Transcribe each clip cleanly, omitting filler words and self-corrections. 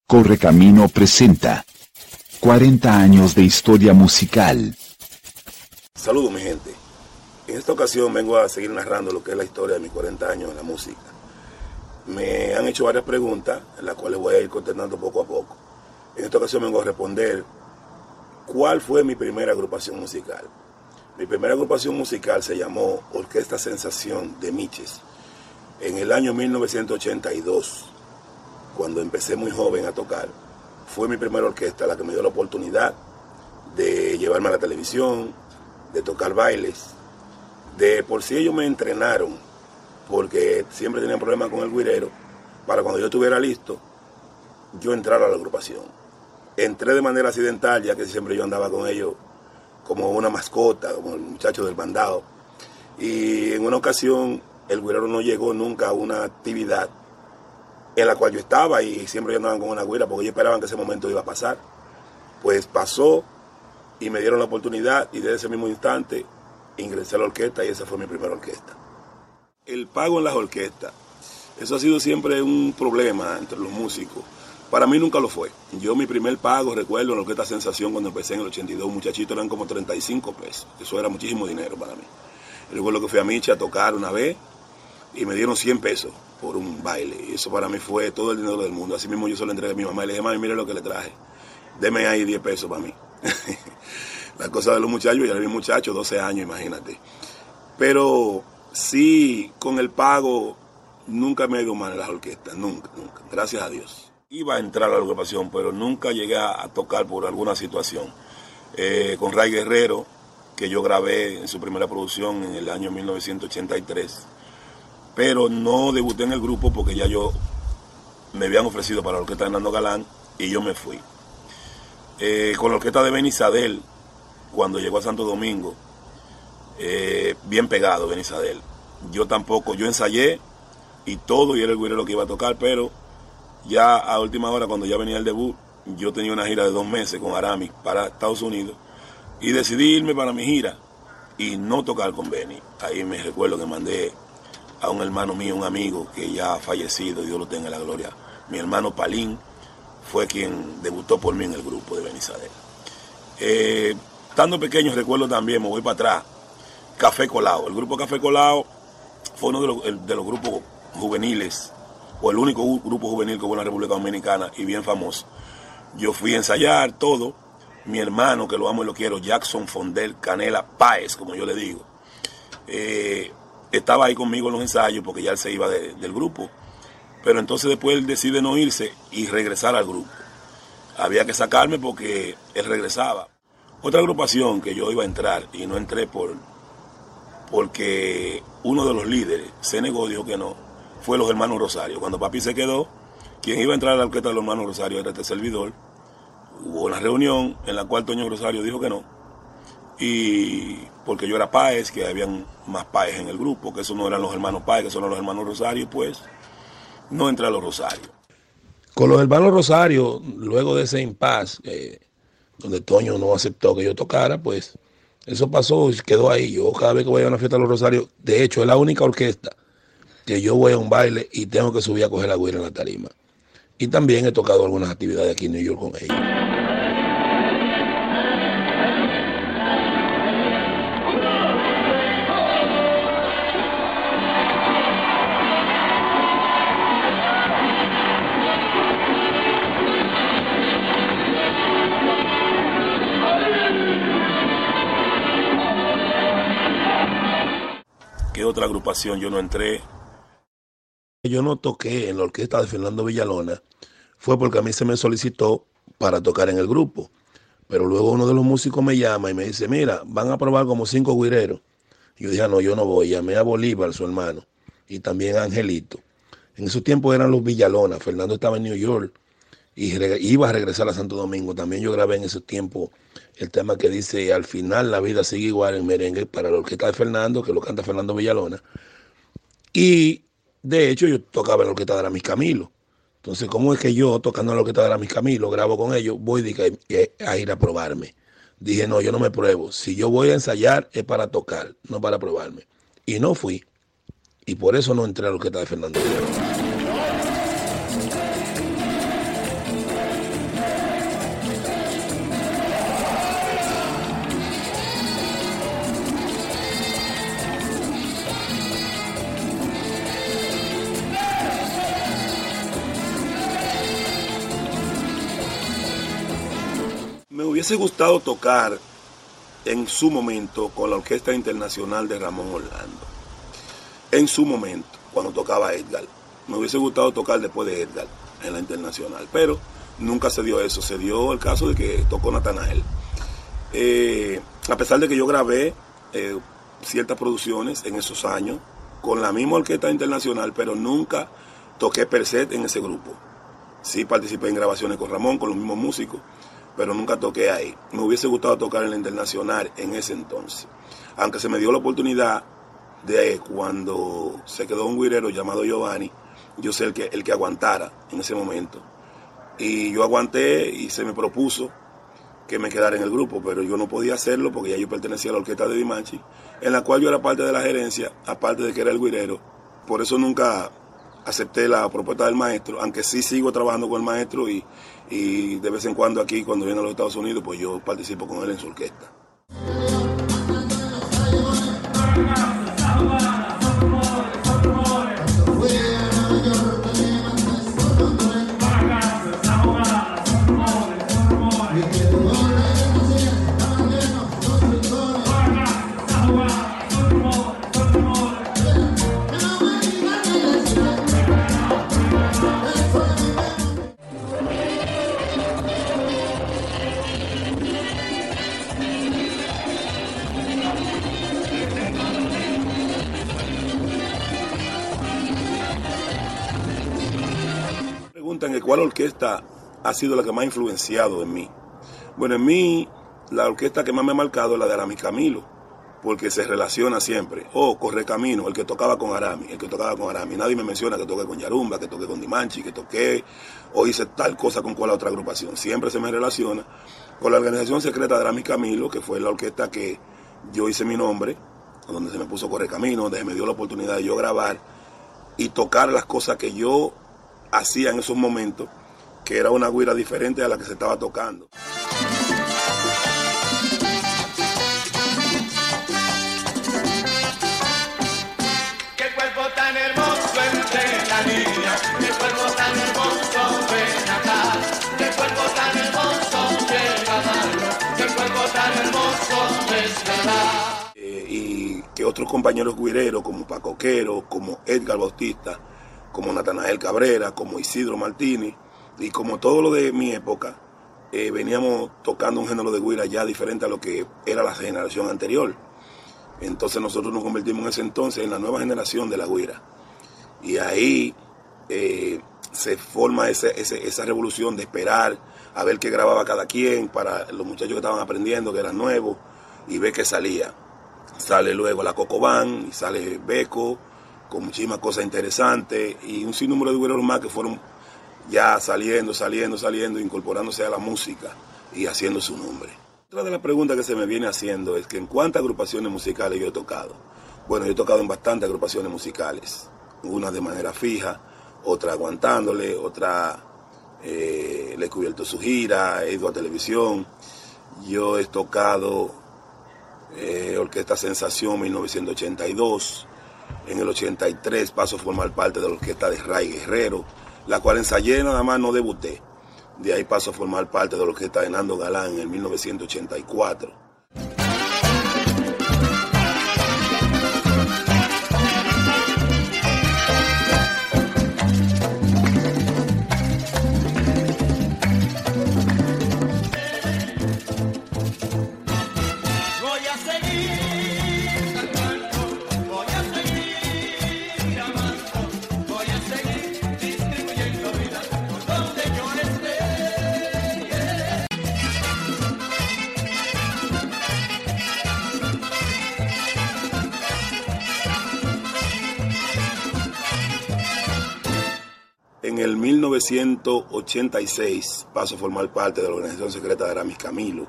Correcamino presenta 40 años de historia musical. Saludos mi gente. En esta ocasión vengo a seguir narrando lo que es la historia de mis 40 años en la música. Me han hecho varias preguntas, en las cuales voy a ir contestando poco a poco. En esta ocasión vengo a responder cuál fue mi primera agrupación musical. Mi primera agrupación musical se llamó Orquesta Sensación de Miches. En el año 1982, cuando empecé muy joven a tocar, fue mi primera orquesta la que me dio la oportunidad de llevarme a la televisión, de tocar bailes. De por sí ellos me entrenaron, porque siempre tenían problemas con el güirero, para cuando yo estuviera listo, yo entrar a la agrupación. Entré de manera accidental, ya que siempre yo andaba con ellos como una mascota, como el muchacho del bandado. Y en una ocasión el güirero no llegó nunca a una actividad en la cual yo estaba y siempre yo andaba con una güira porque ellos esperaban que ese momento iba a pasar. Pues pasó y me dieron la oportunidad y desde ese mismo instante ingresé a la orquesta y esa fue mi primera orquesta. El pago en las orquestas, eso ha sido siempre un problema entre los músicos. Para mí nunca lo fue. Yo mi primer pago, recuerdo en la Orquesta Sensación cuando empecé en el 82, muchachitos eran como 35 pesos. Eso era muchísimo dinero para mí. Recuerdo que fui a Miche a tocar una vez y me dieron 100 pesos por un baile. Y eso para mí fue todo el dinero del mundo. Así mismo yo se lo entregué a mi mamá y le dije, mami, mire lo que le traje. Deme ahí 10 pesos para mí. La cosa de los muchachos, ya era mi muchacho, 12 años, imagínate. Pero sí, con el pago nunca me ha ido mal en las orquestas, nunca. Gracias a Dios. Iba a entrar a la agrupación, pero nunca llegué a tocar por alguna situación. Con Ray Guerrero, que yo grabé en su primera producción en el año 1983, pero no debuté en el grupo porque ya me habían ofrecido para la orquesta de Hernando Galán y yo me fui. Con la orquesta de Benny Sadel, cuando llegó a Santo Domingo, bien pegado Benny Sadel. Yo ensayé y todo, y era el güirero que iba a tocar, pero ya a última hora, cuando ya venía el debut, yo tenía una gira de 2 meses con Aramis para Estados Unidos y decidí irme para mi gira y no tocar con Benny. Ahí me recuerdo que mandé a un hermano mío, un amigo que ya ha fallecido, Dios lo tenga en la gloria. Mi hermano Palín fue quien debutó por mí en el grupo de Benny Sadel. Estando pequeño, recuerdo también, me voy para atrás, Café Colao. El grupo Café Colao fue uno de los grupos juveniles, o el único grupo juvenil que hubo en la República Dominicana y bien famoso. Yo fui a ensayar todo. Mi hermano, que lo amo y lo quiero, Jackson Fondel Canela Páez, como yo le digo, estaba ahí conmigo en los ensayos porque ya él se iba del grupo. Pero entonces después él decide no irse y regresar al grupo. Había que sacarme porque él regresaba. Otra agrupación que yo iba a entrar y no entré porque uno de los líderes se negó, dijo que no, fue los hermanos Rosario. Cuando papi se quedó, quien iba a entrar a la orquesta de los hermanos Rosario era este servidor. Hubo una reunión en la cual Toño Rosario dijo que no, y porque yo era Páez, que habían más Páez en el grupo, que esos no eran los hermanos Páez, que son los hermanos Rosario, pues no entré a los Rosario. Con los hermanos Rosario, luego de ese impasse, donde Toño no aceptó que yo tocara, pues eso pasó y quedó ahí. Yo cada vez que voy a una fiesta de los Rosarios, de hecho es la única orquesta que yo voy a un baile y tengo que subir a coger la güira en la tarima. Y también he tocado algunas actividades aquí en New York con ellos. ¿Qué otra agrupación yo no entré? Yo no toqué en la orquesta de Fernando Villalona, fue porque a mí se me solicitó para tocar en el grupo. Pero luego uno de los músicos me llama y me dice, mira, van a probar como 5 güireros. Y yo dije, no, yo no voy. Llamé a Bolívar, su hermano, y también a Angelito. En esos tiempos eran los Villalona. Fernando estaba en New York y iba a regresar a Santo Domingo. También yo grabé en ese tiempo el tema que dice, al final la vida sigue igual en merengue, para la orquesta de Fernando, que lo canta Fernando Villalona. Y de hecho yo tocaba en la orquesta de Aramis Camilo. Entonces, ¿cómo es que yo, tocando en la orquesta de Aramis Camilo, grabo con ellos, voy a ir a probarme? Dije, no, yo no me pruebo. Si yo voy a ensayar es para tocar, no para probarme. Y no fui. Y por eso no entré a la orquesta de Fernando Villalona. Me hubiese gustado tocar en su momento con la Orquesta Internacional de Ramón Orlando. En su momento, cuando tocaba Edgar. Me hubiese gustado tocar después de Edgar en la Internacional, pero nunca se dio eso. Se dio el caso de que tocó Natanael. A pesar de que yo grabé ciertas producciones en esos años con la misma Orquesta Internacional, pero nunca toqué per se en ese grupo. Sí participé en grabaciones con Ramón, con los mismos músicos, pero nunca toqué ahí. Me hubiese gustado tocar en la Internacional en ese entonces. Aunque se me dio la oportunidad de cuando se quedó un güirero llamado Giovanni, yo sé el que aguantara en ese momento. Y yo aguanté y se me propuso que me quedara en el grupo, pero yo no podía hacerlo porque ya yo pertenecía a la orquesta de Dimanche, en la cual yo era parte de la gerencia, aparte de que era el güirero. Por eso nunca acepté la propuesta del maestro, aunque sí sigo trabajando con el maestro y de vez en cuando aquí, cuando viene a los Estados Unidos, pues yo participo con él en su orquesta. Preguntan que cuál orquesta ha sido la que más ha influenciado en mí. Bueno, en mí la orquesta que más me ha marcado es la de Aramis Camilo, porque se relaciona siempre. Correcamino, el que tocaba con Aramis, Nadie me menciona que toqué con Yarumba, que toqué con Dimanche, que toqué o hice tal cosa con cual otra agrupación. Siempre se me relaciona con la organización secreta de Aramis Camilo, que fue la orquesta que yo hice mi nombre, donde se me puso Correcamino, donde se me dio la oportunidad de yo grabar y tocar las cosas que yo hacía en esos momentos, que era una güira diferente a la que se estaba tocando. Qué cuerpo tan hermoso entre la niña, qué cuerpo tan hermoso ven acá, qué cuerpo tan hermoso llega a darlo, qué cuerpo tan hermoso es verdad. Y que otros compañeros güireros como Paco Quero, como Edgar Bautista, como Natanael Cabrera, como Isidro Martínez y como todo lo de mi época, veníamos tocando un género de güira ya diferente a lo que era la generación anterior. Entonces nosotros nos convertimos en ese entonces en la nueva generación de la güira. Y ahí se forma esa revolución de esperar a ver qué grababa cada quien para los muchachos que estaban aprendiendo, que eran nuevos, y ver qué salía. Sale luego la Cocobán, y sale Beco, con muchísimas cosas interesantes, y un sinnúmero de güireros más que fueron ya saliendo, incorporándose a la música y haciendo su nombre. Otra de las preguntas que se me viene haciendo es que en cuántas agrupaciones musicales yo he tocado. Bueno, yo he tocado en bastantes agrupaciones musicales, unas de manera fija, otra aguantándole, otra le he cubierto su gira, he ido a televisión. Yo he tocado Orquesta Sensación 1982, en el 83 paso a formar parte de la orquesta de Ray Guerrero, la cual ensayé, nada más no debuté. De ahí paso a formar parte de la orquesta de Nando Galán en el 1984. En el 1986 paso a formar parte de la organización secreta de Aramis Camilo.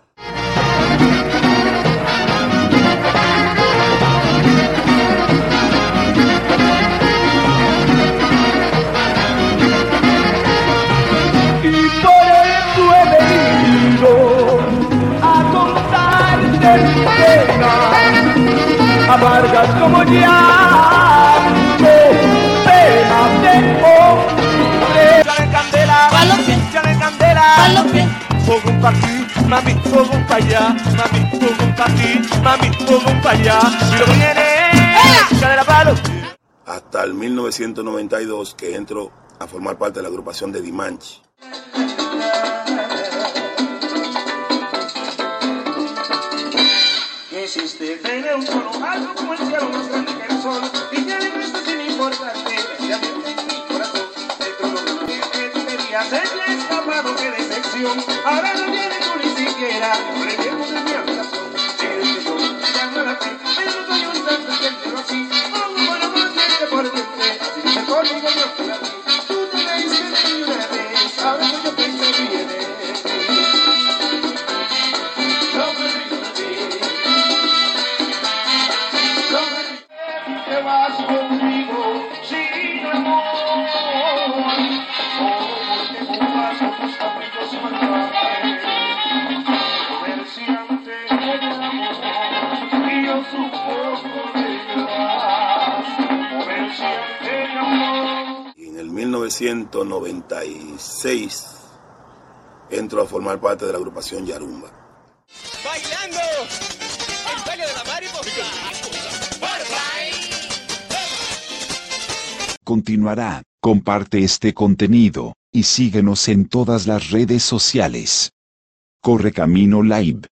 Y por eso he venido a contarte mi pena, amargas como llanto, penas de hombre. Échale candela, con un partido mami, pum pa' allá, mami, pum pa' aquí, mami, pum pa' allá. Y luego viene la chica de la palo. Hasta el 1992 que entro a formar parte de la agrupación de Dimanche. Existe tiene un tono alto como el cielo más grande que el sol y te alegraste sin importarte precisamente en mi corazón dentro de lo que tú querías serle escapado, qué decepción ahora no viene tú ni siquiera por el tiempo de mi habitación tienes que yo ya no la fe pero no soy un santo siéntelo así como un buen amor diente por diente así que mejor digo yo para ti tú te reíste de mí una vez ahora que yo pienso bien de ti no me río de ti. Te vas conmigo sin amor, porque jugas con tus caprichos malvajes, comerciante del amor, y yo supongo que te vas, comerciante de amor. Y en el 1996 entro a formar parte de la agrupación Yarumba. Bailando el baile de la mariposa. Continuará. Comparte este contenido y síguenos en todas las redes sociales. Correcamino Live.